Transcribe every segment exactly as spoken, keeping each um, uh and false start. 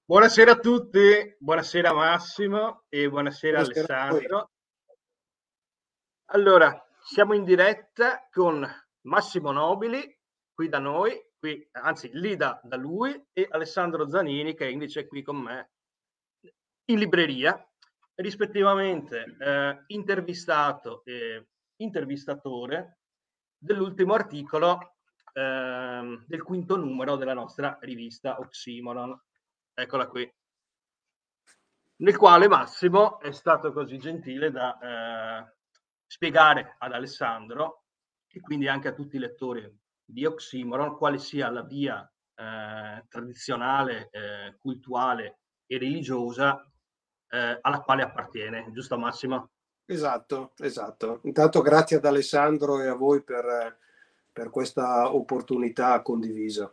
Buonasera a tutti, buonasera Massimo e buonasera Buonasera a voi. Alessandro. Allora, siamo in diretta con Massimo Nobili, qui da noi, qui, anzi lì da, da lui, e Alessandro Zanini che invece è qui con me in libreria, rispettivamente eh, intervistato e intervistatore dell'ultimo articolo eh, del quinto numero della nostra rivista Oxymoron. Eccola qui. Nel quale Massimo è stato così gentile da eh, spiegare ad Alessandro e quindi anche a tutti i lettori di Oxymoron quale sia la via eh, tradizionale, eh, cultuale e religiosa eh, alla quale appartiene, giusto Massimo? Esatto, esatto. Intanto grazie ad Alessandro e a voi per, per questa opportunità condivisa.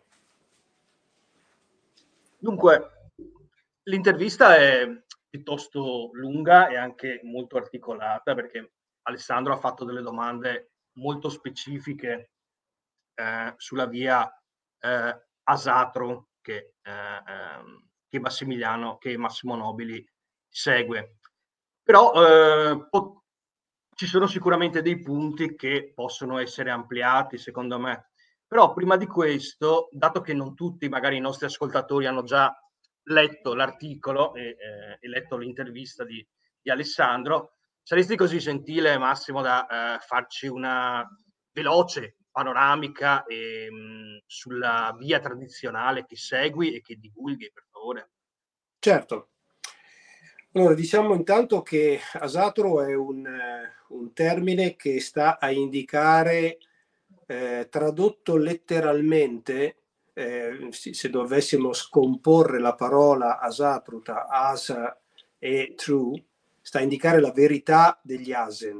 Dunque, l'intervista è piuttosto lunga e anche molto articolata perché Alessandro ha fatto delle domande molto specifiche eh, sulla via eh, Asatro che, eh, ehm, che Massimiliano, che Massimo Nobili segue. Però eh, po- ci sono sicuramente dei punti che possono essere ampliati, secondo me. Però prima di questo, dato che non tutti magari i nostri ascoltatori hanno già letto l'articolo e, eh, e letto l'intervista di, di Alessandro, saresti così gentile, Massimo, da eh, farci una veloce panoramica e, mh, sulla via tradizionale che segui e che divulghi, per favore? Certo. Allora, diciamo intanto che asatro è un, eh, un termine che sta a indicare, eh, tradotto letteralmente, eh, se, se dovessimo scomporre la parola asatruta, asa e true, sta a indicare la verità degli asen.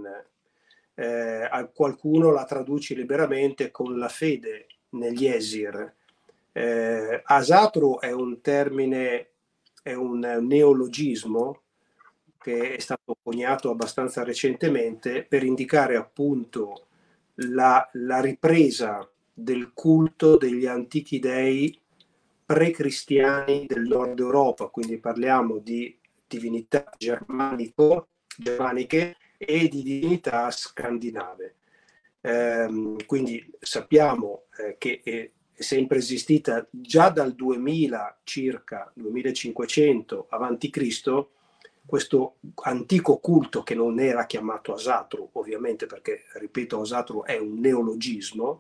Eh, qualcuno la traduce liberamente con la fede negli esir. Eh, asatru è un termine, è un neologismo che è stato coniato abbastanza recentemente per indicare appunto la, la ripresa del culto degli antichi dei pre-cristiani del nord Europa, quindi parliamo di divinità germanico, germaniche e di divinità scandinave. Eh, quindi sappiamo eh, che è, è sempre esistita già dal duemila circa, duemilacinquecento avanti Cristo, questo antico culto che non era chiamato Asatru, ovviamente perché, ripeto, Asatru è un neologismo,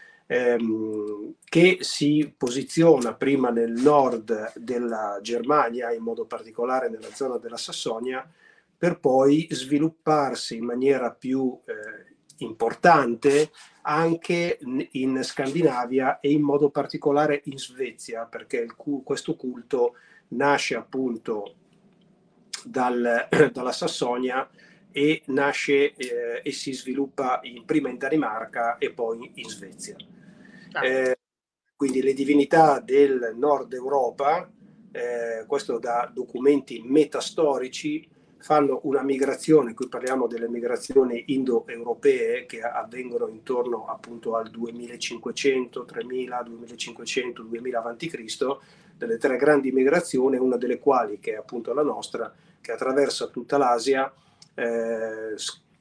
ehm, che si posiziona prima nel nord della Germania, in modo particolare nella zona della Sassonia, per poi svilupparsi in maniera più eh, importante anche in Scandinavia e in modo particolare in Svezia, perché il, questo culto nasce appunto dal, dalla Sassonia e nasce eh, e si sviluppa in, prima in Danimarca e poi in Svezia. Ah. Eh, quindi le divinità del nord Europa, eh, questo da documenti metastorici, fanno una migrazione, qui parliamo delle migrazioni indoeuropee che avvengono intorno appunto al duemilacinquecento, tremila, duemilacinquecento, duemila avanti Cristo, delle tre grandi migrazioni, una delle quali che è appunto la nostra, che attraversa tutta l'Asia, eh,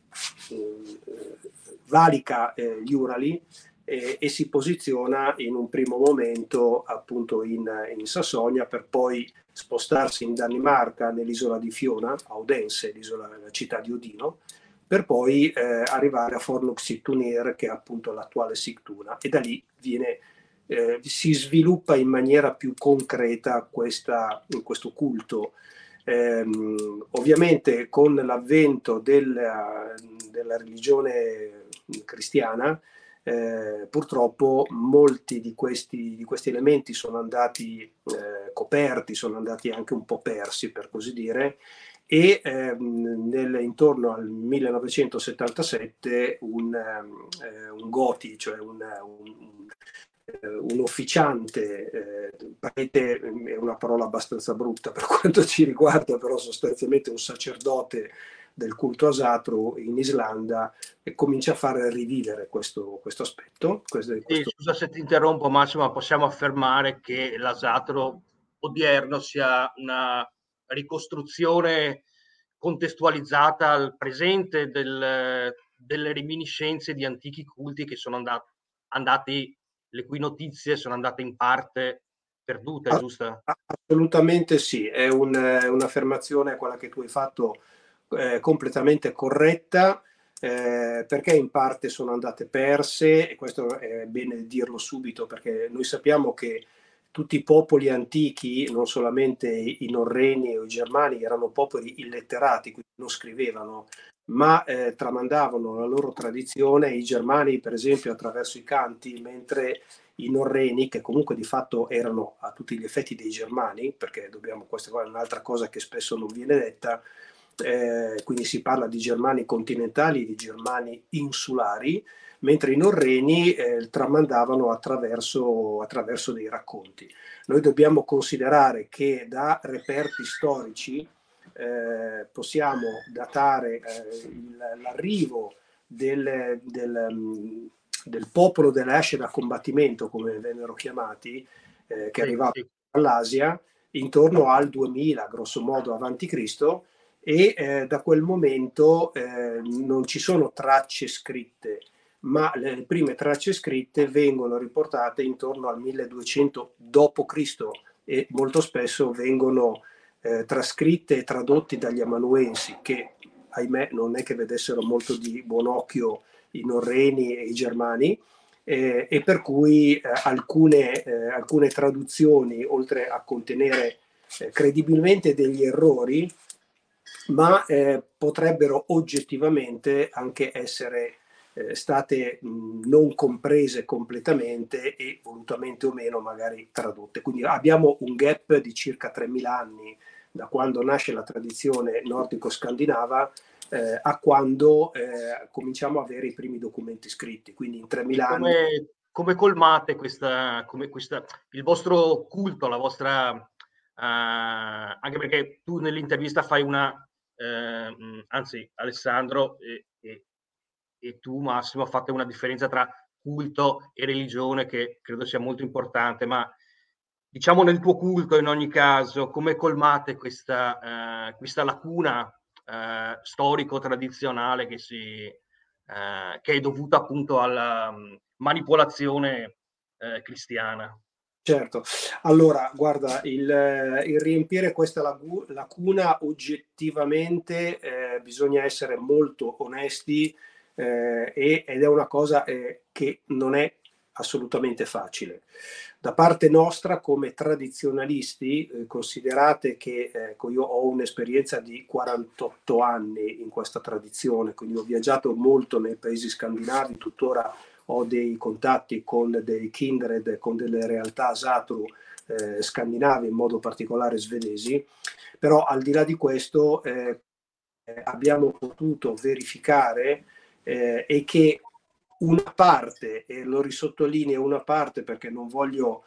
valica eh, gli Urali e, e si posiziona in un primo momento appunto in, in Sassonia per poi spostarsi in Danimarca nell'isola di Fiona, a Odense, l'isola, la città di Odino, per poi eh, arrivare a Fornox-Sigtuna, che è appunto l'attuale Sigtuna, e da lì viene, eh, si sviluppa in maniera più concreta questa, questo culto. Eh, ovviamente con l'avvento della, della religione cristiana, eh, purtroppo molti di questi, di questi elementi sono andati eh, coperti, sono andati anche un po' persi, per così dire, e ehm, nel, intorno al millenovecentosettantasette un, eh, un Goti, cioè un, un, un ufficiante, eh, prete è una parola abbastanza brutta per quanto ci riguarda, però sostanzialmente un sacerdote del culto asatru in Islanda, e comincia a far rivivere questo, questo aspetto. Questo, Sì, questo... scusa se ti interrompo Massimo, ma possiamo affermare che l'Asatro odierno sia una ricostruzione contestualizzata al presente del, delle reminiscenze di antichi culti che sono andati, andati, le cui notizie sono andate in parte perdute, giusto? Assolutamente sì, è un, un'affermazione, quella che tu hai fatto, eh, completamente corretta, eh, perché in parte sono andate perse, e questo è bene dirlo subito, perché noi sappiamo che tutti i popoli antichi, non solamente i norreni o i germani, erano popoli illetterati, quindi non scrivevano, ma eh, tramandavano la loro tradizione, i germani per esempio attraverso i canti, mentre i norreni, che comunque di fatto erano a tutti gli effetti dei germani, perché dobbiamo, questa è un'altra cosa che spesso non viene detta, eh, quindi si parla di germani continentali, di germani insulari, mentre i norreni eh, tramandavano attraverso, attraverso dei racconti. Noi dobbiamo considerare che da reperti storici eh, possiamo datare eh, l'arrivo del, del, del popolo delle asce da combattimento, come vennero chiamati, eh, che Sì, arrivavano sì. dall'Asia intorno al duemila, grosso modo, avanti Cristo, e eh, da quel momento eh, non ci sono tracce scritte, ma le prime tracce scritte vengono riportate intorno al milleduecento dopo Cristo e molto spesso vengono eh, trascritte e tradotte dagli amanuensi, che ahimè non è che vedessero molto di buon occhio i norreni e i germani, eh, e per cui eh, alcune, eh, alcune traduzioni, oltre a contenere eh, credibilmente degli errori, ma eh, potrebbero oggettivamente anche essere eh, state mh, non comprese completamente e volutamente o meno magari tradotte. Quindi abbiamo un gap di circa tremila anni da quando nasce la tradizione nordico-scandinava eh, a quando eh, cominciamo a avere i primi documenti scritti. Quindi in E tremila anni. come, come colmate questa, come questa, il vostro culto, la vostra, uh, anche perché tu nell'intervista fai una, eh, anzi Alessandro e, e, e tu Massimo fate una differenza tra culto e religione che credo sia molto importante, ma diciamo nel tuo culto in ogni caso, come colmate questa, uh, questa lacuna uh, storico-tradizionale che si eh, che è dovuta appunto alla um, manipolazione eh, cristiana. Certo, allora guarda, il, il riempire questa lagu- lacuna oggettivamente eh, bisogna essere molto onesti eh, e, ed è una cosa eh, che non è assolutamente facile. Da parte nostra, come tradizionalisti, eh, considerate che ecco, io ho un'esperienza di quarantotto anni in questa tradizione, quindi ho viaggiato molto nei paesi scandinavi, tuttora ho dei contatti con dei kindred, con delle realtà satru eh, scandinavi, in modo particolare svedesi, però al di là di questo eh, abbiamo potuto verificare eh, e che una parte, e lo risottolineo una parte perché non voglio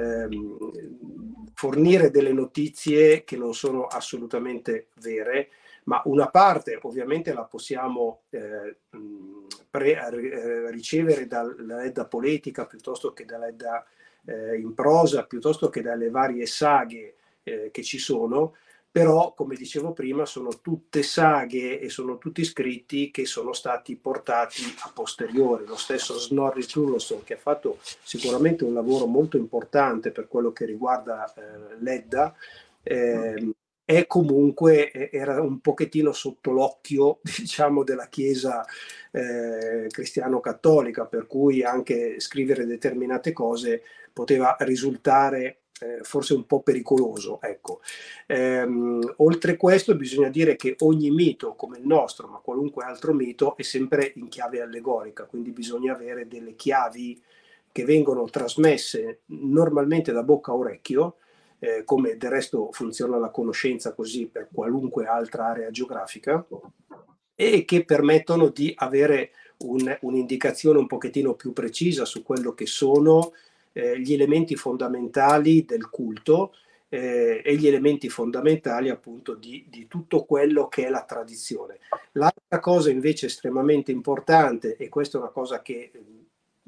ehm, fornire delle notizie che non sono assolutamente vere, ma una parte ovviamente la possiamo eh, pre, eh, ricevere dalla ledda poetica piuttosto che dalla ledda eh, in prosa, piuttosto che dalle varie saghe eh, che ci sono, però come dicevo prima sono tutte saghe e sono tutti scritti che sono stati portati a posteriori. Lo stesso Snorri Sturluson, che ha fatto sicuramente un lavoro molto importante per quello che riguarda eh, l'Edda, eh, è comunque era un pochettino sotto l'occhio, diciamo, della Chiesa eh, cristiano-cattolica, per cui anche scrivere determinate cose poteva risultare eh, forse un po' pericoloso. Ecco. Ehm, oltre questo bisogna dire che ogni mito, come il nostro, ma qualunque altro mito, è sempre in chiave allegorica, quindi bisogna avere delle chiavi che vengono trasmesse normalmente da bocca a orecchio, eh, come del resto funziona la conoscenza così per qualunque altra area geografica, e che permettono di avere un, un'indicazione un pochettino più precisa su quello che sono eh, gli elementi fondamentali del culto eh, e gli elementi fondamentali appunto di, di tutto quello che è la tradizione. L'altra cosa invece estremamente importante, e questa è una cosa che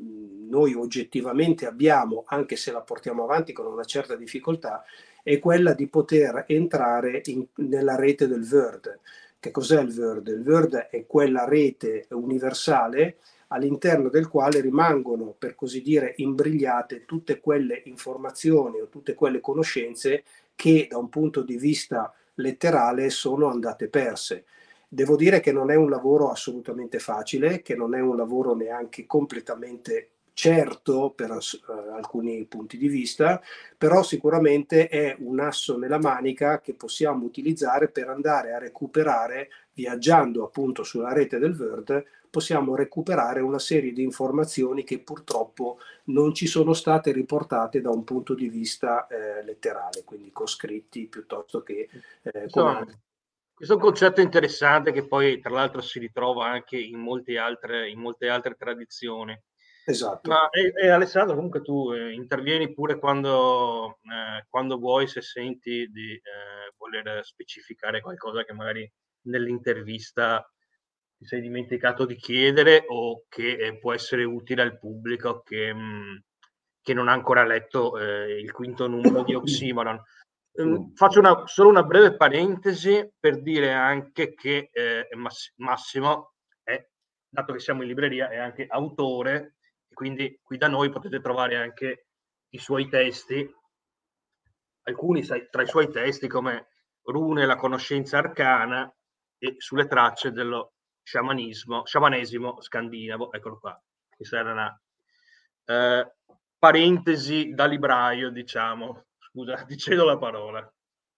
noi oggettivamente abbiamo, anche se la portiamo avanti con una certa difficoltà, è quella di poter entrare in, nella rete del Word. Che cos'è il Word? Il Word è quella rete universale all'interno del quale rimangono, per così dire, imbrigliate tutte quelle informazioni o tutte quelle conoscenze che da un punto di vista letterale sono andate perse. Devo dire che non è un lavoro assolutamente facile, che non è un lavoro neanche completamente certo per uh, alcuni punti di vista, però sicuramente è un asso nella manica che possiamo utilizzare per andare a recuperare, viaggiando appunto sulla rete del Word, possiamo recuperare una serie di informazioni che purtroppo non ci sono state riportate da un punto di vista eh, letterale, quindi con scritti piuttosto che eh, Insomma, questo è un concetto interessante che poi tra l'altro si ritrova anche in molte altre, in molte altre tradizioni. Esatto. Ma e, e Alessandro, comunque tu eh, intervieni pure quando, eh, quando vuoi, se senti di eh, voler specificare qualcosa che magari nell'intervista ti sei dimenticato di chiedere o che eh, può essere utile al pubblico che, mh, che non ha ancora letto eh, il quinto numero di Oxymoron. Um, faccio una, solo una breve parentesi per dire anche che eh, Mass- Massimo è, dato che siamo in libreria, è anche autore e quindi qui da noi potete trovare anche i suoi testi, alcuni tra i suoi testi come Rune, la conoscenza arcana e sulle tracce dello sciamanismo, sciamanesimo scandinavo. Eccolo qua. Questa era una eh, parentesi da libraio, diciamo. Scusa, ti cedo la parola.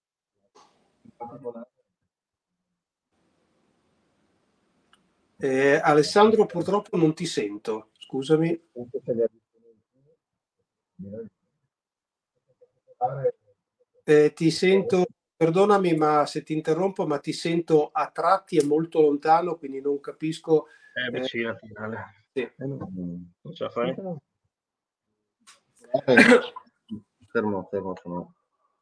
Eh, Alessandro, purtroppo non ti sento, scusami. Eh, ti sento, perdonami ma se ti interrompo, ma ti sento a tratti e molto lontano, quindi non capisco. È Eh, vicina finale. sì. Non ce la fai? Fermo, fermo, fermo.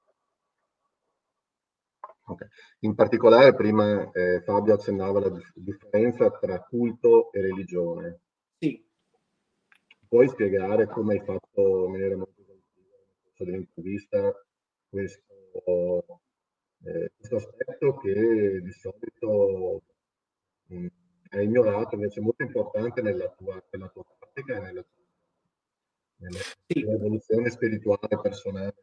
Okay. In particolare prima eh, Fabio accennava alla dif- differenza tra culto e religione. Sì. Puoi spiegare come hai fatto in maniera molto esaustiva nel corso dell'intervista questo, eh, questo aspetto che di solito mh, è ignorato, invece è molto importante nella tua, nella tua pratica e nella tua, nella Sì. tua evoluzione spirituale personale?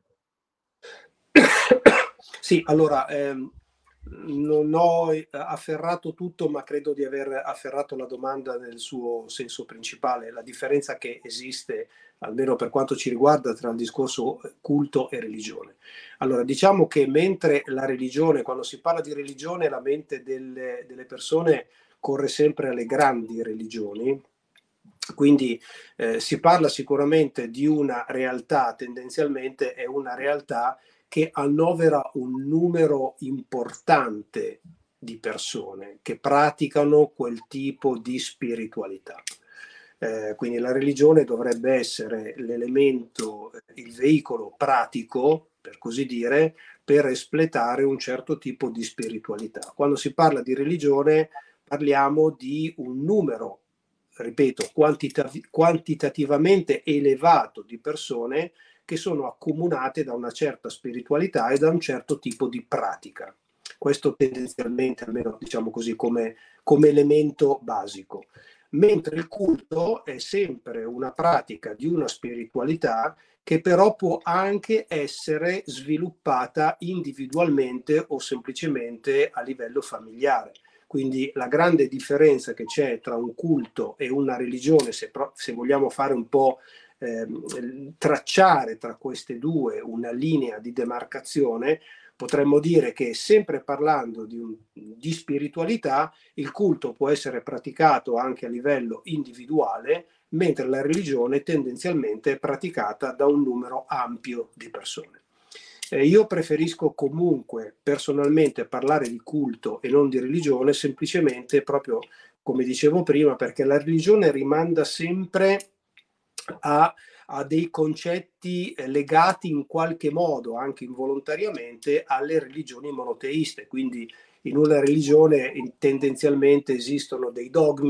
Sì, allora ehm, non ho afferrato tutto, ma credo di aver afferrato la domanda nel suo senso principale, la differenza che esiste, almeno per quanto ci riguarda, tra il discorso culto e religione. Allora, diciamo che mentre la religione, quando si parla di religione, la mente delle, delle persone corre sempre alle grandi religioni, quindi eh, si parla sicuramente di una realtà, tendenzialmente è una realtà che annovera un numero importante di persone che praticano quel tipo di spiritualità. Eh, quindi la religione dovrebbe essere l'elemento, il veicolo pratico, per così dire, per espletare un certo tipo di spiritualità. Quando si parla di religione parliamo di un numero, ripeto, quantitativ- quantitativamente elevato di persone che sono accomunate da una certa spiritualità e da un certo tipo di pratica. Questo tendenzialmente, almeno diciamo così, come, come elemento basico. Mentre il culto è sempre una pratica di una spiritualità che però può anche essere sviluppata individualmente o semplicemente a livello familiare. Quindi la grande differenza che c'è tra un culto e una religione, se, se vogliamo fare un po' eh, tracciare tra queste due una linea di demarcazione, potremmo dire che sempre parlando di, un, di spiritualità, il culto può essere praticato anche a livello individuale, mentre la religione tendenzialmente è praticata da un numero ampio di persone. Eh, io preferisco comunque personalmente parlare di culto e non di religione, semplicemente proprio come dicevo prima, perché la religione rimanda sempre a, a dei concetti legati in qualche modo, anche involontariamente, alle religioni monoteiste. Quindi in una religione tendenzialmente esistono dei dogmi,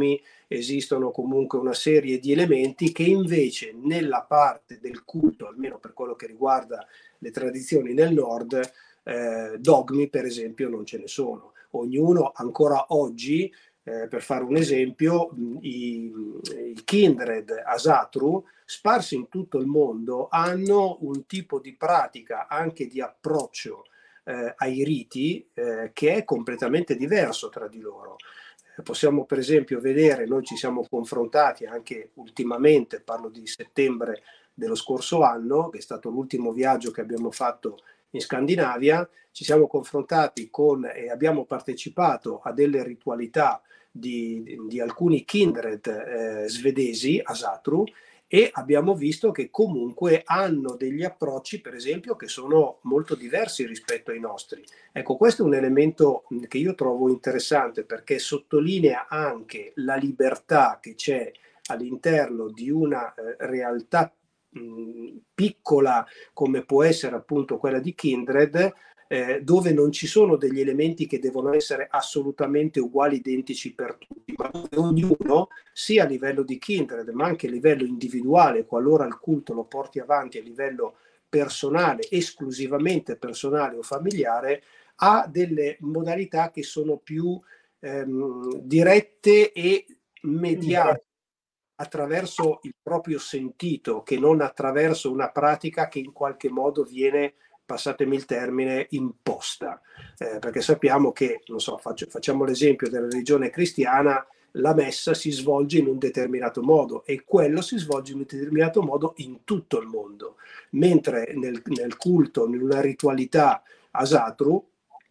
esistono comunque una serie di elementi che invece nella parte del culto, almeno per quello che riguarda le tradizioni nel nord, eh, dogmi per esempio non ce ne sono. Ognuno ancora oggi, eh, per fare un esempio, i, i kindred asatru sparsi in tutto il mondo hanno un tipo di pratica, anche di approccio eh, ai riti, eh, che è completamente diverso tra di loro. Eh, possiamo per esempio vedere, noi ci siamo confrontati anche ultimamente, parlo di settembre dello scorso anno, che è stato l'ultimo viaggio che abbiamo fatto in Scandinavia, ci siamo confrontati con e abbiamo partecipato a delle ritualità di, di, di alcuni kindred eh, svedesi, asatru, e abbiamo visto che comunque hanno degli approcci, per esempio, che sono molto diversi rispetto ai nostri. Ecco, questo è un elemento che io trovo interessante perché sottolinea anche la libertà che c'è all'interno di una eh, realtà mh, piccola come può essere appunto quella di Kindred, eh, dove non ci sono degli elementi che devono essere assolutamente uguali, identici per tutti, ma dove ognuno, sia a livello di Kindred, ma anche a livello individuale, qualora il culto lo porti avanti a livello personale, esclusivamente personale o familiare, ha delle modalità che sono più ehm, dirette e mediate attraverso il proprio sentito, che non attraverso una pratica che in qualche modo viene, passatemi il termine, imposta. Eh, perché sappiamo che, non so, faccio, facciamo l'esempio della religione cristiana, la messa si svolge in un determinato modo e quello si svolge in un determinato modo in tutto il mondo, mentre nel, nel culto, in una ritualità asatru,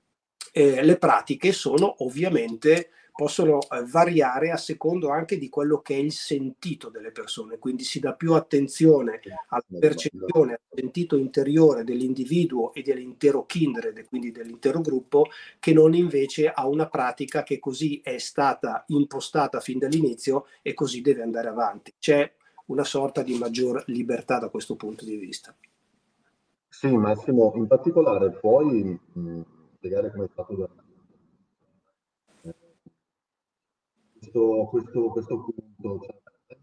eh, le pratiche sono ovviamente possono eh, variare a secondo anche di quello che è il sentito delle persone, quindi si dà più attenzione alla percezione, al sentito interiore dell'individuo e dell'intero kindred, quindi dell'intero gruppo, che non invece a una pratica che così è stata impostata fin dall'inizio e così deve andare avanti. C'è una sorta di maggior libertà da questo punto di vista. Sì, Massimo, in particolare puoi mh, spiegare come è stato da questo, questo, questo punto, cioè,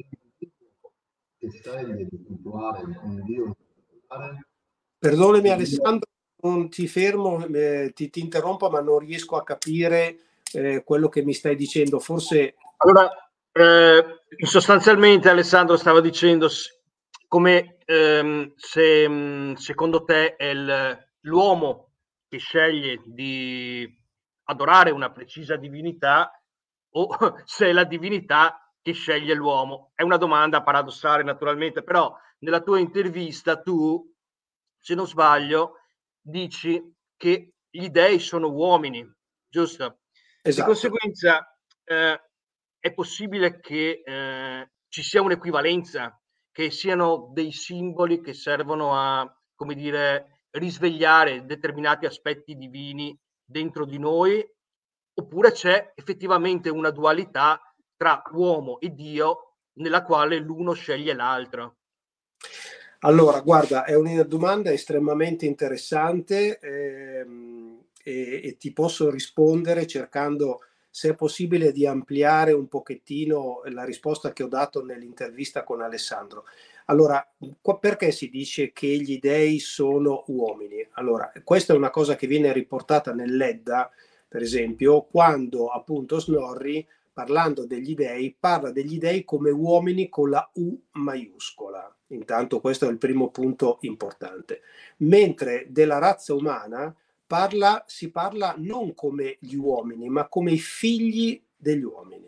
che sceglie di puntuare un Dio in particolare. Perdonami Alessandro, non ti fermo, eh, ti, ti interrompo, ma non riesco a capire eh, quello che mi stai dicendo. Forse... Allora, eh, sostanzialmente Alessandro stava dicendo come ehm, se mh, secondo te è il, l'uomo che sceglie di adorare una precisa divinità o se è la divinità che sceglie l'uomo. È una domanda paradossale naturalmente, però nella tua intervista tu, se non sbaglio, dici che gli dei sono uomini, giusto? Esatto. Di conseguenza eh, è possibile che eh, ci sia un'equivalenza, che siano dei simboli che servono a, come dire, risvegliare determinati aspetti divini dentro di noi, oppure c'è effettivamente una dualità tra uomo e Dio nella quale l'uno sceglie l'altro. Allora, guarda, è una domanda estremamente interessante ehm, e, e ti posso rispondere cercando, se è possibile, di ampliare un pochettino la risposta che ho dato nell'intervista con Alessandro. Allora, qua perché si dice che gli dei sono uomini? Allora, questa è una cosa che viene riportata nell'Edda, per esempio, quando appunto Snorri, parlando degli dei, parla degli dei come uomini con la U maiuscola. Intanto questo è il primo punto importante. Mentre della razza umana parla, si parla non come gli uomini, ma come i figli degli uomini.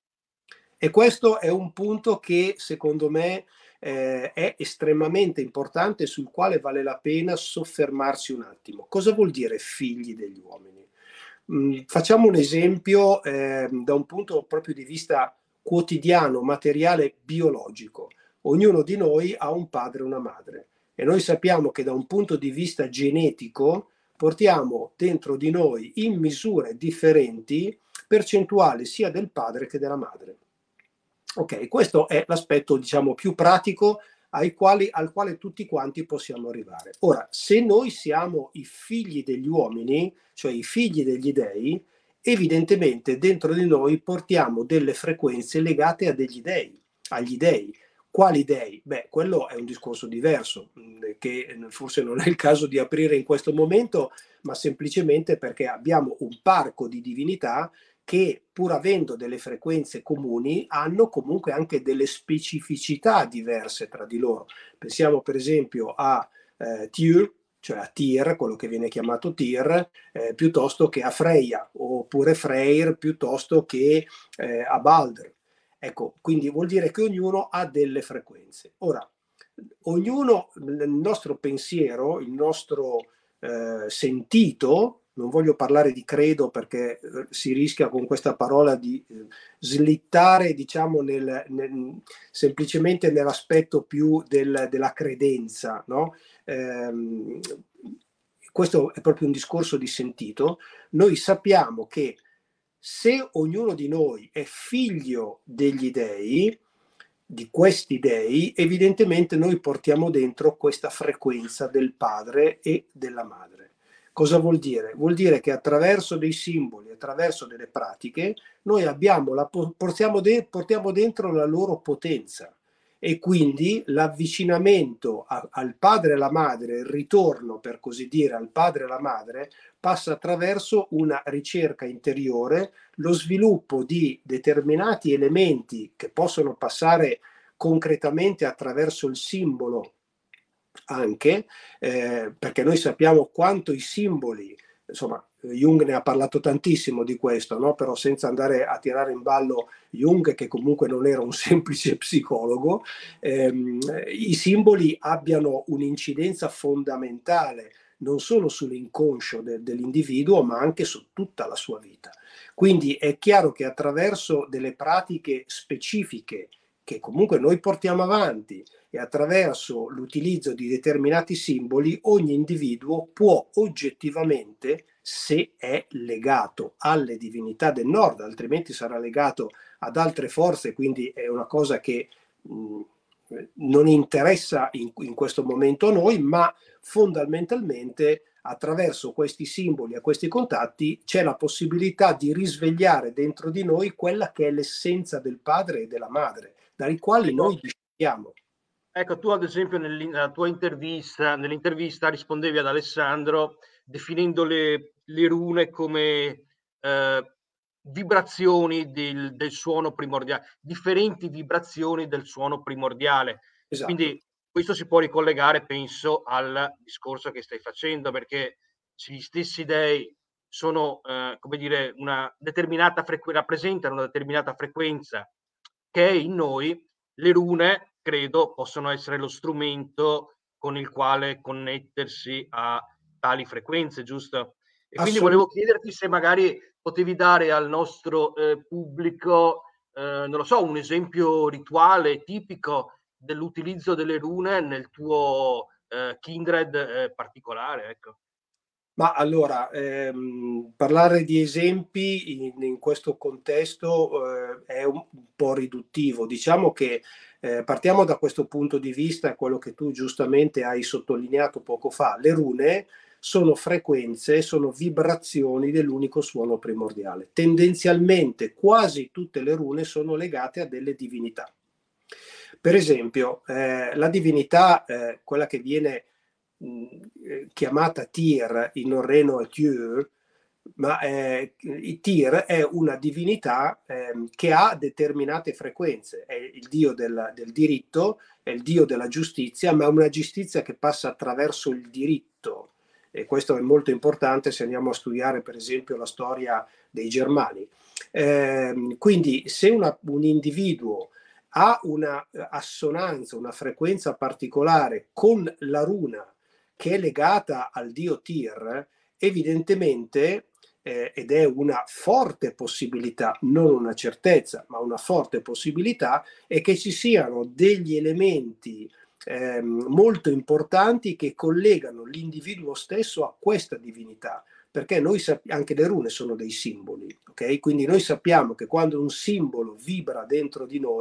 E questo è un punto che secondo me eh, è estremamente importante, sul quale vale la pena soffermarsi un attimo. Cosa vuol dire figli degli uomini? Mm, facciamo un esempio eh, da un punto proprio di vista quotidiano, materiale, biologico. Ognuno di noi ha un padre e una madre e noi sappiamo che da un punto di vista genetico portiamo dentro di noi in misure differenti percentuali sia del padre che della madre. Ok, questo è l'aspetto, diciamo, più pratico ai quali, al quale tutti quanti possiamo arrivare. Ora, se noi siamo i figli degli uomini, cioè i figli degli dei, evidentemente dentro di noi portiamo delle frequenze legate a degli dei, agli dei. Quali dei? Beh, quello è un discorso diverso, che forse non è il caso di aprire in questo momento, ma semplicemente perché abbiamo un parco di divinità che, pur avendo delle frequenze comuni, hanno comunque anche delle specificità diverse tra di loro. Pensiamo per esempio a eh, Tyr, cioè a Tyr, quello che viene chiamato Tyr, eh, piuttosto che a Freya, oppure Freyr piuttosto che eh, a Balder. Ecco, quindi vuol dire che ognuno ha delle frequenze. Ora, ognuno, il nostro pensiero, il nostro eh, sentito, non voglio parlare di credo perché eh, si rischia con questa parola di eh, slittare, diciamo, nel, nel, semplicemente nell'aspetto più del, della credenza, no? Ehm, questo è proprio un discorso di sentito. Noi sappiamo che se ognuno di noi è figlio degli dei, di questi dei, evidentemente noi portiamo dentro questa frequenza del padre e della madre. Cosa vuol dire? Vuol dire che attraverso dei simboli, attraverso delle pratiche, noi abbiamo la, portiamo, de, portiamo dentro la loro potenza e quindi l'avvicinamento a, al padre e alla madre, il ritorno per così dire al padre e alla madre, passa attraverso una ricerca interiore, lo sviluppo di determinati elementi che possono passare concretamente attraverso il simbolo anche, eh, perché noi sappiamo quanto i simboli, insomma, Jung ne ha parlato tantissimo di questo, no? Però senza andare a tirare in ballo Jung, che comunque non era un semplice psicologo, ehm, i simboli abbiano un'incidenza fondamentale non solo sull'inconscio de- dell'individuo, ma anche su tutta la sua vita. Quindi è chiaro che attraverso delle pratiche specifiche che comunque noi portiamo avanti e attraverso l'utilizzo di determinati simboli, ogni individuo può oggettivamente, se è legato alle divinità del nord, altrimenti sarà legato ad altre forze, quindi è una cosa che mh, non interessa in, in questo momento a noi, ma fondamentalmente attraverso questi simboli e questi contatti c'è la possibilità di risvegliare dentro di noi quella che è l'essenza del padre e della madre, dai quali ecco, noi discendiamo. Ecco, tu ad esempio nella tua intervista, nell'intervista rispondevi ad Alessandro definendo le, le rune come eh, vibrazioni del, del suono primordiale, differenti vibrazioni del suono primordiale. Esatto. Quindi questo si può ricollegare, penso, al discorso che stai facendo, perché se gli stessi dei sono, eh, come dire, una determinata frequenza, rappresentano una determinata frequenza che è in noi, le rune, credo, possono essere lo strumento con il quale connettersi a tali frequenze, giusto? E quindi volevo chiederti se magari potevi dare al nostro eh, pubblico, eh, non lo so, un esempio rituale tipico dell'utilizzo delle rune nel tuo eh, kindred eh, particolare, ecco. Ma allora, ehm, parlare di esempi in, in questo contesto eh, è un, un po' riduttivo. Diciamo che eh, partiamo da questo punto di vista, quello che tu giustamente hai sottolineato poco fa. Le rune sono frequenze, sono vibrazioni dell'unico suono primordiale. Tendenzialmente quasi tutte le rune sono legate a delle divinità. Per esempio, eh, la divinità, eh, quella che viene chiamata Tyr in norreno è Tyr, ma eh, Tyr è una divinità eh, che ha determinate frequenze, è il dio del, del diritto, è il dio della giustizia, ma è una giustizia che passa attraverso il diritto, e questo è molto importante se andiamo a studiare per esempio la storia dei Germani. Eh, quindi se una, un individuo ha una assonanza, una frequenza particolare con la runa che è legata al dio Tyr, evidentemente, eh, ed è una forte possibilità, non una certezza, ma una forte possibilità, è che ci siano degli elementi eh, molto importanti che collegano l'individuo stesso a questa divinità, perché noi sappiamo, anche le rune sono dei simboli, ok? Quindi noi sappiamo che quando un simbolo vibra dentro di noi,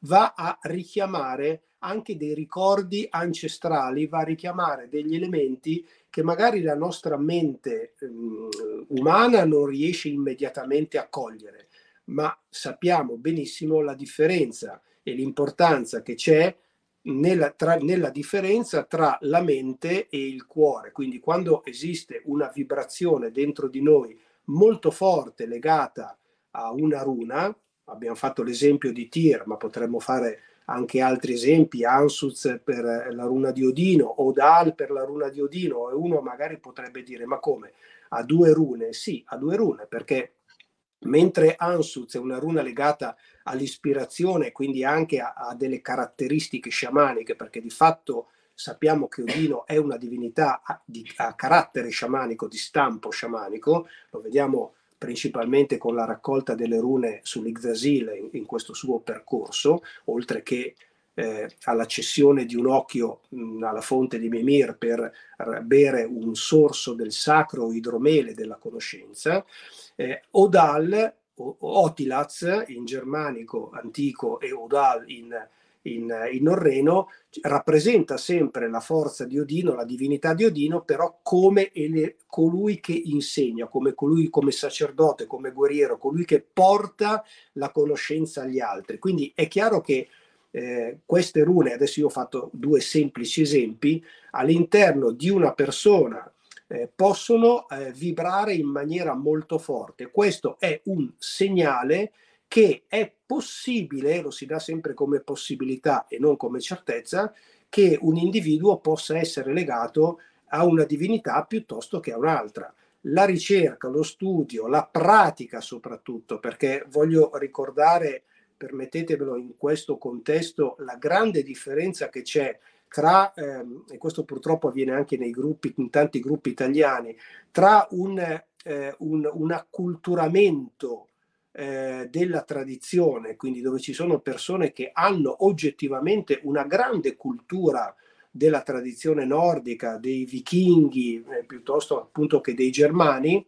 va a richiamare anche dei ricordi ancestrali, va a richiamare degli elementi che magari la nostra mente um, umana non riesce immediatamente a cogliere, ma sappiamo benissimo la differenza e l'importanza che c'è nella, tra, nella differenza tra la mente e il cuore. Quindi quando esiste una vibrazione dentro di noi molto forte legata a una runa, abbiamo fatto l'esempio di Tyr, ma potremmo fare anche altri esempi, Ansuz per la runa di Odino, Odal per la runa di Odino, e uno magari potrebbe dire ma come? Ha due rune? Sì, ha due rune, perché mentre Ansuz è una runa legata all'ispirazione, quindi anche a, a delle caratteristiche sciamaniche, perché di fatto sappiamo che Odino è una divinità a, di, a carattere sciamanico, di stampo sciamanico, lo vediamo principalmente con la raccolta delle rune sull'Yggdrasil in, in questo suo percorso, oltre che eh, alla cessione di un occhio mh, alla fonte di Mimir per bere un sorso del sacro idromele della conoscenza. Eh, Odal, o, Otilaz in germanico antico e Odal in, in, in norreno, rappresenta sempre la forza di Odino, la divinità di Odino, però come ele, colui che insegna, come colui come sacerdote, come guerriero, colui che porta la conoscenza agli altri. Quindi è chiaro che eh, queste rune, adesso io ho fatto due semplici esempi, all'interno di una persona eh, possono eh, vibrare in maniera molto forte. Questo è un segnale che è possibile, lo si dà sempre come possibilità e non come certezza, che un individuo possa essere legato a una divinità piuttosto che a un'altra. La ricerca, lo studio, la pratica soprattutto, perché voglio ricordare, permettetemelo in questo contesto, la grande differenza che c'è tra, ehm, e questo purtroppo avviene anche nei gruppi, in tanti gruppi italiani, tra un, eh, un, un acculturamento eh, della tradizione, quindi dove ci sono persone che hanno oggettivamente una grande cultura della tradizione nordica, dei vichinghi, eh, piuttosto appunto che dei germani,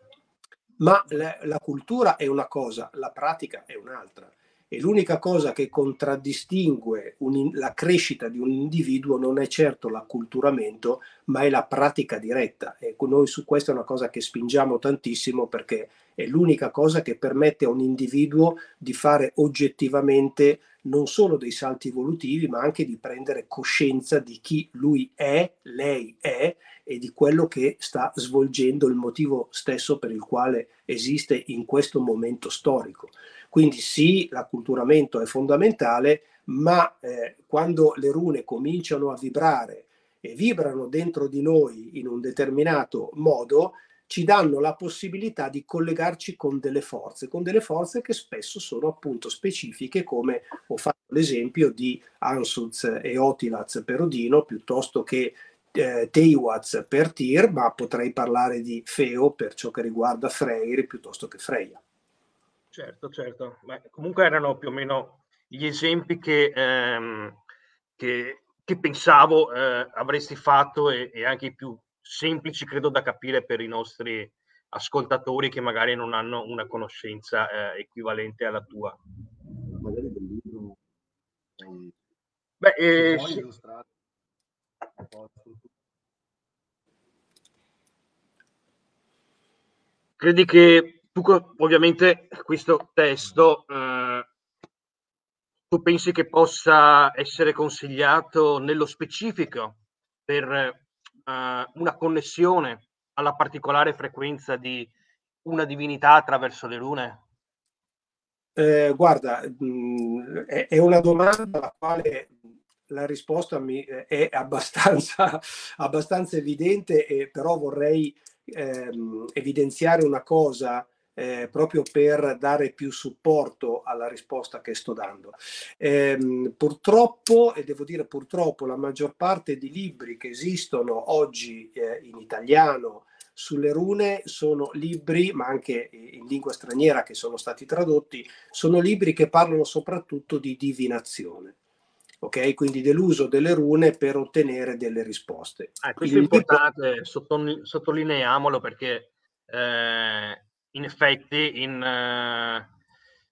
ma la, la cultura è una cosa, la pratica è un'altra. E l'unica cosa che contraddistingue un, la crescita di un individuo non è certo l'acculturamento, ma è la pratica diretta. E noi su questo è una cosa che spingiamo tantissimo, perché è l'unica cosa che permette a un individuo di fare oggettivamente non solo dei salti evolutivi, ma anche di prendere coscienza di chi lui è, lei è, e di quello che sta svolgendo, il motivo stesso per il quale esiste in questo momento storico. Quindi sì, l'acculturamento è fondamentale, ma eh, quando le rune cominciano a vibrare e vibrano dentro di noi in un determinato modo, ci danno la possibilità di collegarci con delle forze, con delle forze che spesso sono appunto specifiche, come ho fatto l'esempio di Ansuz e Otilaz per Odino, piuttosto che eh, Teiwaz per Tyr, ma potrei parlare di Feo per ciò che riguarda Freyr piuttosto che Freya. Certo, certo. Beh, comunque erano più o meno gli esempi che, ehm, che, che pensavo eh, avresti fatto e, e anche i più semplici, credo, da capire per i nostri ascoltatori che magari non hanno una conoscenza eh, equivalente alla tua. Magari del libro. Beh, eh, puoi sì. illustrare un po'. Credi che tu, ovviamente, questo testo eh, tu pensi che possa essere consigliato nello specifico per eh, una connessione alla particolare frequenza di una divinità attraverso le rune? Eh, guarda, mh, è, è una domanda alla quale la risposta mi, è abbastanza, abbastanza evidente, e però vorrei ehm, evidenziare una cosa eh, proprio per dare più supporto alla risposta che sto dando. Eh, purtroppo, e devo dire purtroppo, la maggior parte di libri che esistono oggi eh, in italiano sulle rune sono libri, ma anche in lingua straniera che sono stati tradotti, sono libri che parlano soprattutto di divinazione. Ok, quindi dell'uso delle rune per ottenere delle risposte. Eh, questo Il è libro... importante, sottolineiamolo, perché eh, in effetti in, eh,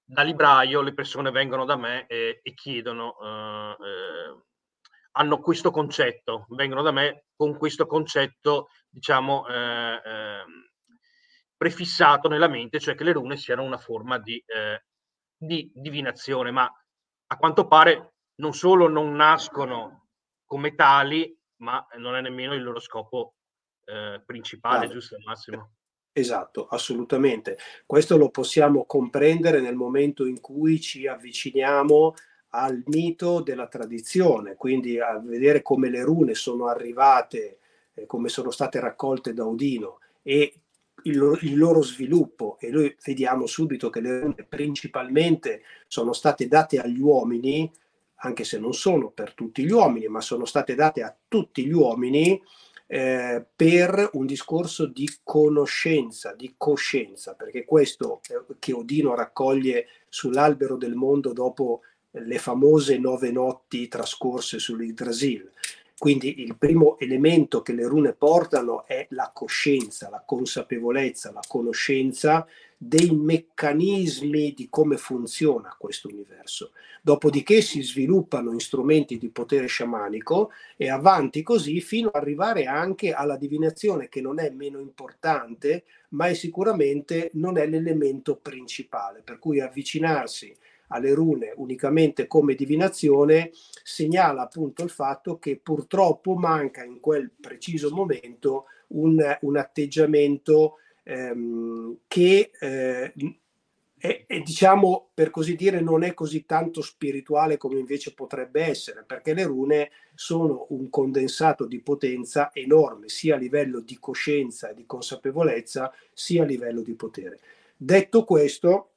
da libraio le persone vengono da me e, e chiedono, eh, eh, hanno questo concetto, vengono da me con questo concetto, diciamo, eh, eh, prefissato nella mente, cioè che le rune siano una forma di, eh, di divinazione, ma a quanto pare non solo non nascono come tali, ma non è nemmeno il loro scopo eh, principale, Vale. giusto Massimo? Esatto, assolutamente. Questo lo possiamo comprendere nel momento in cui ci avviciniamo al mito della tradizione, quindi a vedere come le rune sono arrivate, eh, come sono state raccolte da Odino e il loro, il loro sviluppo. E noi vediamo subito che le rune principalmente sono state date agli uomini, anche se non sono per tutti gli uomini, ma sono state date a tutti gli uomini eh, per un discorso di conoscenza, di coscienza, perché questo eh, che Odino raccoglie sull'albero del mondo dopo le famose nove notti trascorse sull'Yggdrasil. Quindi il primo elemento che le rune portano è la coscienza, la consapevolezza, la conoscenza dei meccanismi di come funziona questo universo. Dopodiché si sviluppano strumenti di potere sciamanico e avanti così fino ad arrivare anche alla divinazione, che non è meno importante, ma è sicuramente non è l'elemento principale, per cui avvicinarsi alle rune unicamente come divinazione segnala appunto il fatto che purtroppo manca in quel preciso momento un, un atteggiamento ehm, che eh, è, è, diciamo per così dire non è così tanto spirituale come invece potrebbe essere, perché le rune sono un condensato di potenza enorme sia a livello di coscienza e di consapevolezza sia a livello di potere. Detto questo,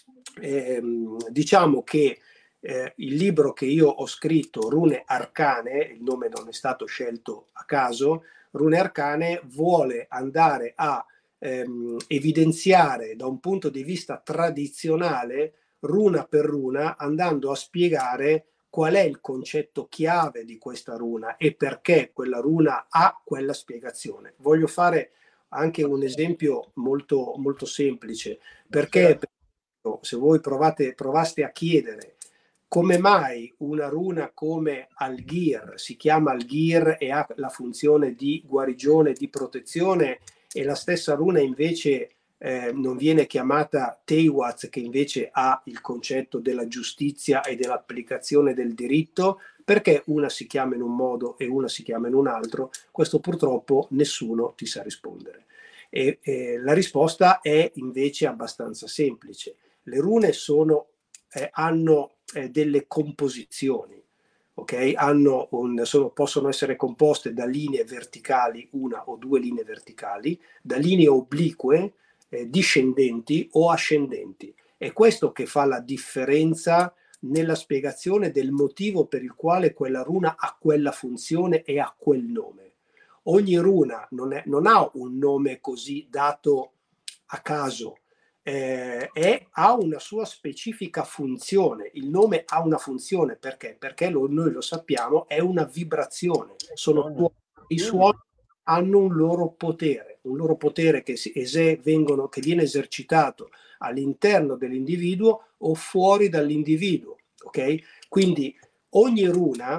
ehm, diciamo che eh, il libro che io ho scritto, Rune Arcane, il nome non è stato scelto a caso, Rune Arcane vuole andare a ehm, evidenziare da un punto di vista tradizionale, runa per runa, andando a spiegare qual è il concetto chiave di questa runa e perché quella runa ha quella spiegazione. Voglio fare anche un esempio molto, molto semplice, perché se voi provate, provaste a chiedere come mai una runa come Algir si chiama Algir e ha la funzione di guarigione, di protezione, e la stessa runa invece eh, non viene chiamata Teiwaz, che invece ha il concetto della giustizia e dell'applicazione del diritto, perché una si chiama in un modo e una si chiama in un altro? Questo purtroppo nessuno ti sa rispondere. E, e la risposta è invece abbastanza semplice. Le rune sono, eh, hanno eh, delle composizioni, ok? Hanno un, sono, possono essere composte da linee verticali, una o due linee verticali, da linee oblique, eh, discendenti o ascendenti. È questo che fa la differenza nella spiegazione del motivo per il quale quella runa ha quella funzione e ha quel nome. Ogni runa non, è, non ha un nome così dato a caso, eh, e ha una sua specifica funzione. Il nome ha una funzione perché? Perché lo, noi lo sappiamo, è una vibrazione. Sono suoni. I suoni hanno un loro potere, un loro potere che, si ese, vengono, che viene esercitato all'interno dell'individuo o fuori dall'individuo. Okay? Quindi ogni runa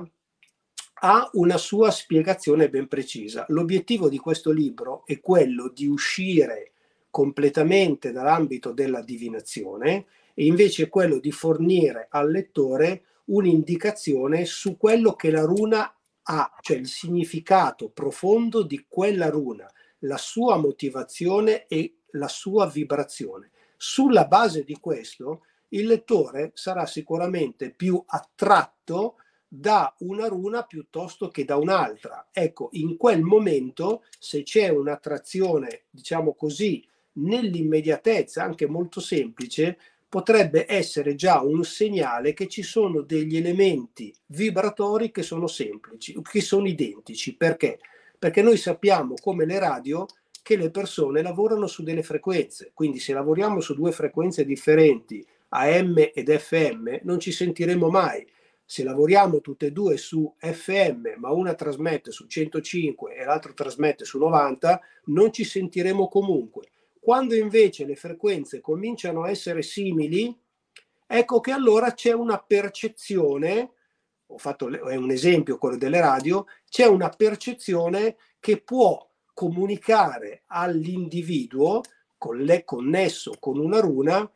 ha una sua spiegazione ben precisa. L'obiettivo di questo libro è quello di uscire completamente dall'ambito della divinazione e invece quello di fornire al lettore un'indicazione su quello che la runa ha, cioè il significato profondo di quella runa, la sua motivazione e la sua vibrazione. Sulla base di questo, il lettore sarà sicuramente più attratto da una runa piuttosto che da un'altra. Ecco, in quel momento, se c'è un'attrazione, diciamo così, nell'immediatezza, anche molto semplice, potrebbe essere già un segnale che ci sono degli elementi vibratori che sono semplici, che sono identici. Perché? Perché noi sappiamo, come le radio, che le persone lavorano su delle frequenze. Quindi se lavoriamo su due frequenze differenti, A M ed F M, non ci sentiremo mai. Se lavoriamo tutte e due su F M, ma una trasmette su centocinque e l'altra trasmette su novanta, non ci sentiremo comunque. Quando invece le frequenze cominciano a essere simili, ecco che allora c'è una percezione, ho fatto è un esempio quello delle radio, c'è una percezione che può comunicare all'individuo connesso con una runa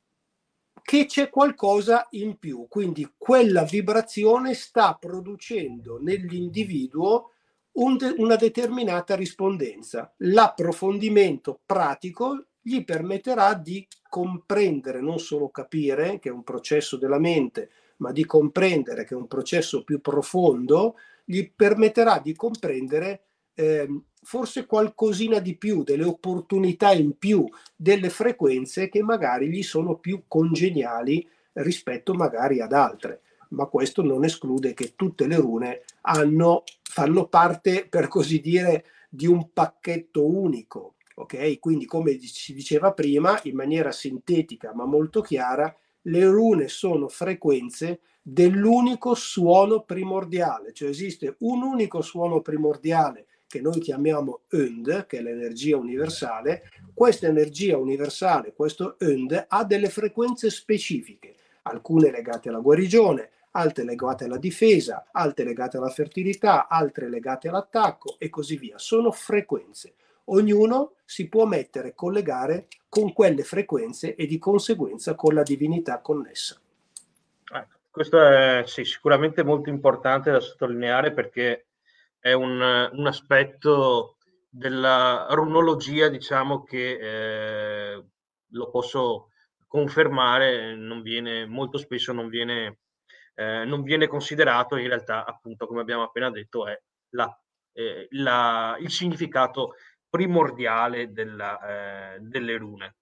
che c'è qualcosa in più, quindi quella vibrazione sta producendo nell'individuo un de- una determinata rispondenza. L'approfondimento pratico gli permetterà di comprendere, non solo capire, che è un processo della mente, ma di comprendere, che è un processo più profondo, gli permetterà di comprendere eh, forse qualcosina di più, delle opportunità in più, delle frequenze che magari gli sono più congeniali rispetto magari ad altre. Ma questo non esclude che tutte le rune hanno, fanno parte, per così dire, di un pacchetto unico. Ok? Quindi, come si diceva prima, in maniera sintetica ma molto chiara, le rune sono frequenze dell'unico suono primordiale, cioè esiste un unico suono primordiale che noi chiamiamo Und, che è l'energia universale. Questa energia universale, questo Und, ha delle frequenze specifiche, alcune legate alla guarigione, altre legate alla difesa, altre legate alla fertilità, altre legate all'attacco e così via. Sono frequenze. Ognuno si può mettere, collegare con quelle frequenze e di conseguenza con la divinità connessa. Eh, questo è sì, sicuramente molto importante da sottolineare, perché è un, un aspetto della runologia, diciamo, che eh, lo posso confermare, non viene, molto spesso non viene, eh, non viene considerato. In realtà, appunto, come abbiamo appena detto, è la, eh, la, il significato primordiale della, eh, delle rune.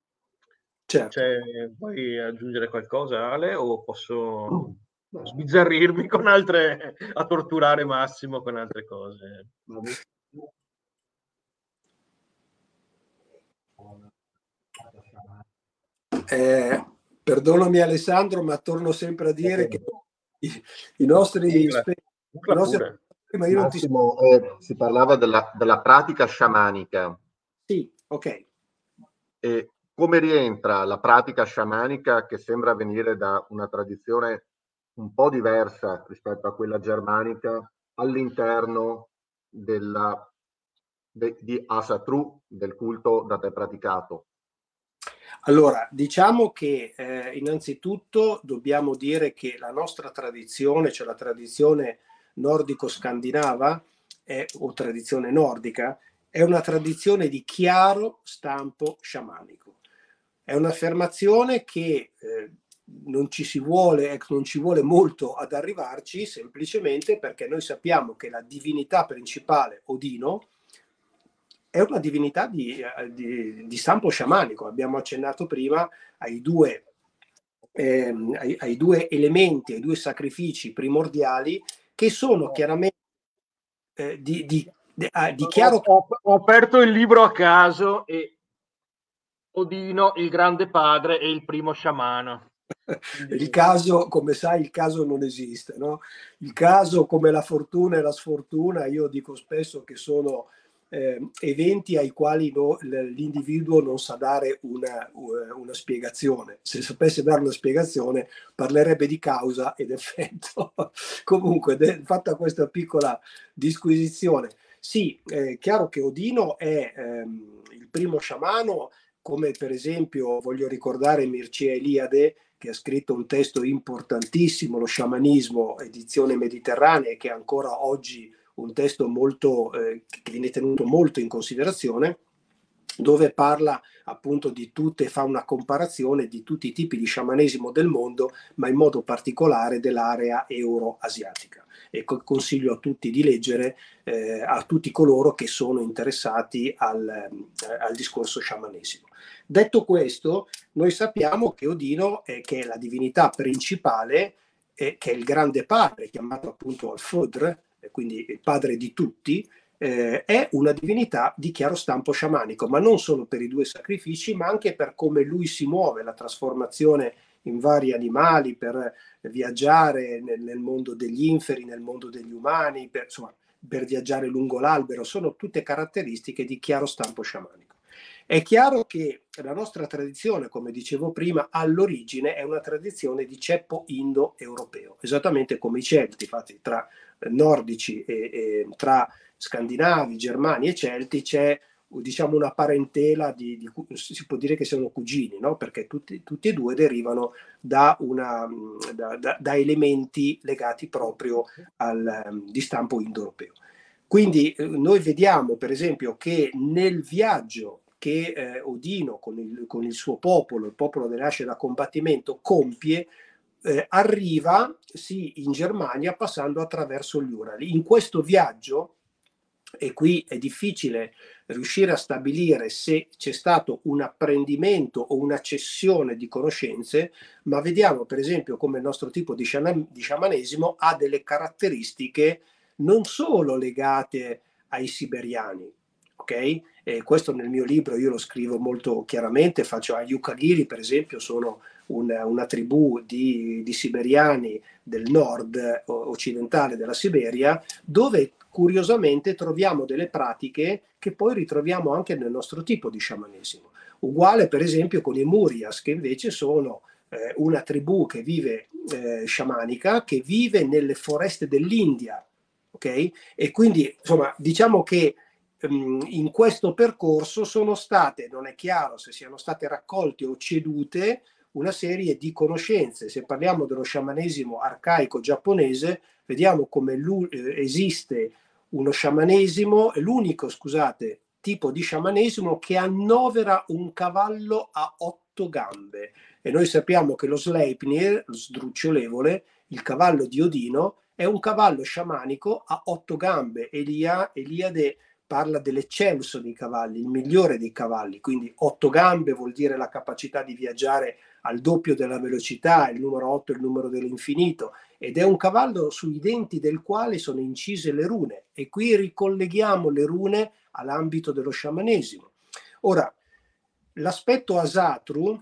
Certo. Cioè, vuoi aggiungere qualcosa, Ale, o posso sbizzarrirmi con altre, a torturare Massimo con altre cose? Eh, perdonami Alessandro, ma torno sempre a dire che i, i nostri, Urla, i nostri pure. ma io non ti... Massimo, eh, si parlava della, della pratica sciamanica. Sì, ok. E come rientra la pratica sciamanica, che sembra venire da una tradizione un po' diversa rispetto a quella germanica, all'interno della, de, di Asatru, del culto da te praticato? Allora, diciamo che eh, innanzitutto dobbiamo dire che la nostra tradizione, cioè la tradizione nordico-scandinava è, o tradizione nordica, è una tradizione di chiaro stampo sciamanico. È un'affermazione che eh, non ci si vuole, non ci vuole molto ad arrivarci, semplicemente perché noi sappiamo che la divinità principale, Odino, è una divinità di, di, di stampo sciamanico. Abbiamo accennato prima ai due, eh, ai, ai due elementi, ai due sacrifici primordiali che sono chiaramente eh, di, di, di, di chiaro... Ho, ho aperto il libro a caso e Odino, il grande padre, è il primo sciamano. Il caso, come sai, il caso non esiste, no? Il caso, come la fortuna e la sfortuna, io dico spesso che sono eh, eventi ai quali no, l'individuo non sa dare una, una spiegazione. Se sapesse dare una spiegazione parlerebbe di causa ed effetto. Comunque, de, fatta questa piccola disquisizione, sì, è chiaro che Odino è ehm, il primo sciamano, come per esempio voglio ricordare Mircea Eliade, che ha scritto un testo importantissimo, lo sciamanismo, edizione mediterranea, che è ancora oggi un testo molto, eh, che viene tenuto molto in considerazione, dove parla appunto di tutte, fa una comparazione di tutti i tipi di sciamanesimo del mondo, ma in modo particolare dell'area euroasiatica. E consiglio a tutti di leggere, eh, a tutti coloro che sono interessati al, eh, al discorso sciamanesimo. Detto questo, noi sappiamo che Odino, eh, che è la divinità principale, eh, che è il grande padre, chiamato appunto Al-Fodr, eh, quindi il padre di tutti, eh, è una divinità di chiaro stampo sciamanico, ma non solo per i due sacrifici, ma anche per come lui si muove, la trasformazione in vari animali, per viaggiare nel, nel mondo degli inferi, nel mondo degli umani, per, insomma, per viaggiare lungo l'albero, sono tutte caratteristiche di chiaro stampo sciamanico. È chiaro che la nostra tradizione, come dicevo prima, all'origine è una tradizione di ceppo indo-europeo, esattamente come i Celti, infatti tra nordici e, e tra scandinavi, germani e celti c'è, diciamo, una parentela di, di, si può dire che siano cugini, no? Perché tutti, tutti e due derivano da, una, da, da, da elementi legati proprio al, di stampo indoeuropeo. Quindi eh, noi vediamo per esempio che nel viaggio che eh, Odino con il, con il suo popolo, il popolo dell'asce da combattimento, compie, eh, arriva sì in Germania passando attraverso gli Urali. In questo viaggio, e qui è difficile riuscire a stabilire se c'è stato un apprendimento o una cessione di conoscenze, ma vediamo per esempio come il nostro tipo di, sciam- di sciamanesimo ha delle caratteristiche non solo legate ai siberiani, ok? E questo nel mio libro io lo scrivo molto chiaramente, faccio a Yukagiri per esempio, sono una, una tribù di, di siberiani del nord occidentale della Siberia, dove curiosamente troviamo delle pratiche che poi ritroviamo anche nel nostro tipo di sciamanesimo. Uguale per esempio con i Murias, che invece sono eh, una tribù che vive eh, sciamanica, che vive nelle foreste dell'India, ok? E quindi insomma diciamo che um, in questo percorso sono state, non è chiaro se siano state raccolte o cedute una serie di conoscenze. Se parliamo dello sciamanesimo arcaico giapponese, vediamo come eh, esiste uno sciamanesimo, è l'unico, scusate, tipo di sciamanesimo che annovera un cavallo a otto gambe. E noi sappiamo che lo Sleipnir, lo sdrucciolevole, il cavallo di Odino, è un cavallo sciamanico a otto gambe. Elia, Eliade parla dell'eccelso dei cavalli, il migliore dei cavalli, quindi otto gambe vuol dire la capacità di viaggiare al doppio della velocità, il numero otto è il numero dell'infinito, ed è un cavallo sui denti del quale sono incise le rune, e qui ricolleghiamo le rune all'ambito dello sciamanesimo. Ora, l'aspetto Asatru,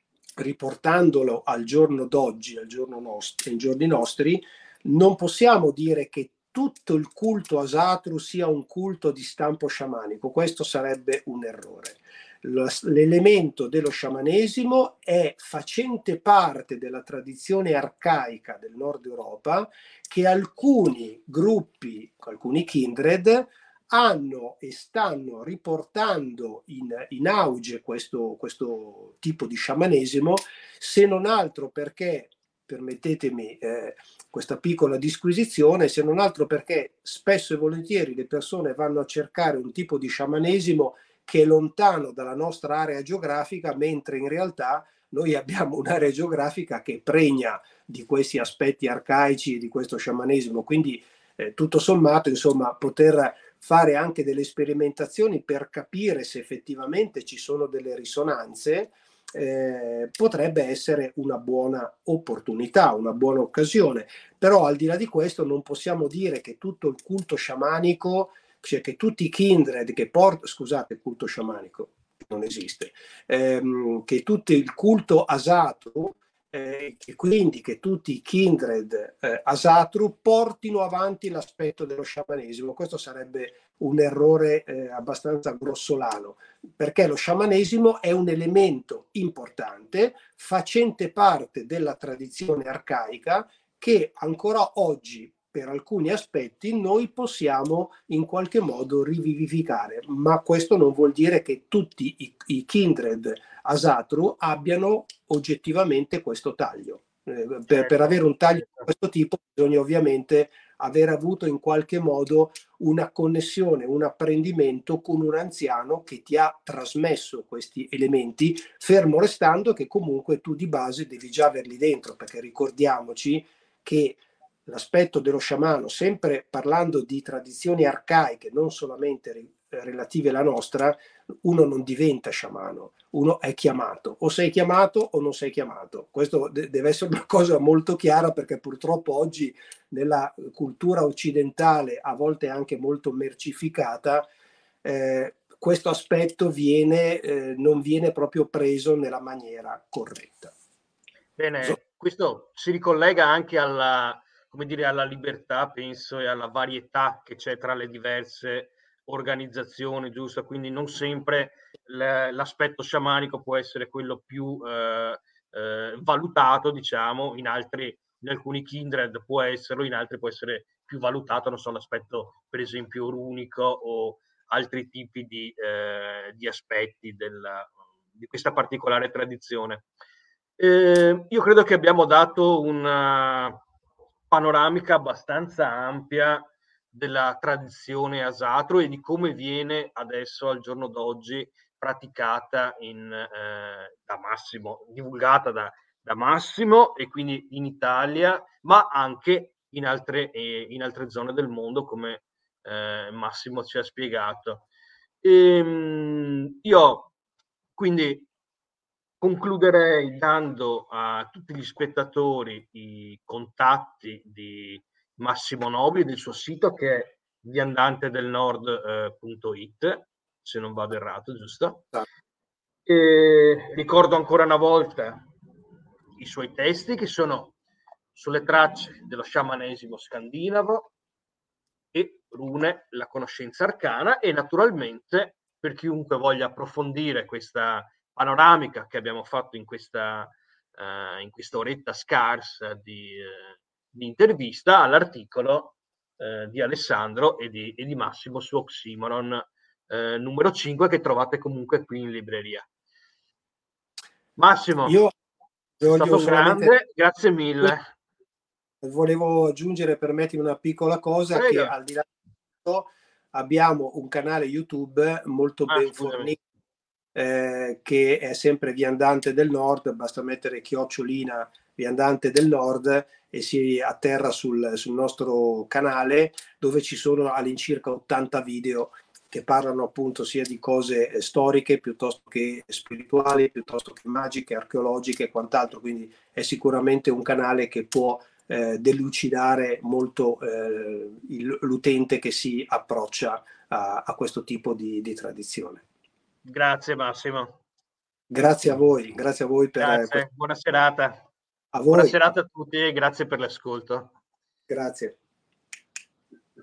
riportandolo al giorno d'oggi, al giorno nostri, ai giorni nostri, non possiamo dire che tutto il culto Asatru sia un culto di stampo sciamanico, questo sarebbe un errore. L'elemento dello sciamanesimo è facente parte della tradizione arcaica del nord Europa, che alcuni gruppi, alcuni kindred, hanno e stanno riportando in, in auge questo, questo tipo di sciamanesimo, se non altro perché, permettetemi eh, questa piccola disquisizione, se non altro perché spesso e volentieri le persone vanno a cercare un tipo di sciamanesimo che è lontano dalla nostra area geografica, mentre in realtà noi abbiamo un'area geografica che pregna di questi aspetti arcaici e di questo sciamanesimo. Quindi eh, tutto sommato, insomma, poter fare anche delle sperimentazioni per capire se effettivamente ci sono delle risonanze eh, potrebbe essere una buona opportunità, una buona occasione. Però al di là di questo non possiamo dire che tutto il culto sciamanico, cioè che tutti i kindred che portano, scusate, il culto sciamanico non esiste, ehm, che tutto il culto Asatru, eh, e quindi che tutti i kindred eh, Asatru portino avanti l'aspetto dello sciamanesimo. Questo sarebbe un errore eh, abbastanza grossolano, perché lo sciamanesimo è un elemento importante, facente parte della tradizione arcaica, che ancora oggi per alcuni aspetti noi possiamo in qualche modo rivivificare, ma questo non vuol dire che tutti i, i kindred Asatru abbiano oggettivamente questo taglio. Eh, per, per avere un taglio di questo tipo bisogna ovviamente aver avuto in qualche modo una connessione, un apprendimento con un anziano che ti ha trasmesso questi elementi, fermo restando che comunque tu di base devi già averli dentro, perché ricordiamoci che l'aspetto dello sciamano, sempre parlando di tradizioni arcaiche, non solamente relative alla nostra, uno non diventa sciamano, uno è chiamato, o sei chiamato o non sei chiamato. Questo de- deve essere una cosa molto chiara, perché purtroppo oggi nella cultura occidentale, a volte anche molto mercificata, eh, questo aspetto viene, eh, non viene proprio preso nella maniera corretta. Bene, So- questo si ricollega anche alla, come dire, alla libertà, penso, e alla varietà che c'è tra le diverse organizzazione giusta, quindi non sempre l'aspetto sciamanico può essere quello più eh, eh, valutato, diciamo, in altri, in alcuni kindred può esserlo, in altri può essere più valutato, non so, l'aspetto per esempio runico o altri tipi di, eh, di aspetti della, di questa particolare tradizione. Eh, io credo che abbiamo dato una panoramica abbastanza ampia della tradizione Asatru e di come viene adesso al giorno d'oggi praticata in, eh, da Massimo, divulgata da, da Massimo e quindi in Italia, ma anche in altre, eh, in altre zone del mondo, come eh, Massimo ci ha spiegato. E, io quindi concluderei dando a tutti gli spettatori i contatti di Massimo Nobili, del suo sito, che è viandantedelnord punto it, se non vado errato, giusto? E ricordo ancora una volta i suoi testi, che sono sulle tracce dello sciamanesimo scandinavo e Rune, la conoscenza arcana, e naturalmente per chiunque voglia approfondire questa panoramica che abbiamo fatto in questa, uh, in questa oretta scarsa di, uh, di intervista, all'articolo uh, di Alessandro e di, e di Massimo su Oxymoron uh, numero cinque, che trovate comunque qui in libreria. Massimo, io è stato solamente... grande, grazie mille. Volevo aggiungere, permettimi, una piccola cosa. Prego. Che al di là di tutto abbiamo un canale YouTube molto ah, ben scusami. fornito, eh, che è sempre Viandante del Nord. Basta mettere chiocciolina Viandante del Nord e si atterra sul, sul nostro canale, dove ci sono all'incirca ottanta video che parlano appunto sia di cose storiche piuttosto che spirituali, piuttosto che magiche, archeologiche e quant'altro. Quindi è sicuramente un canale che può eh, delucidare molto eh, l'utente che si approccia a, a questo tipo di, di tradizione. Grazie Massimo. Grazie a voi, grazie a voi per grazie. Questo... Buona serata. A voi. Buona serata a tutti e grazie per l'ascolto. Grazie.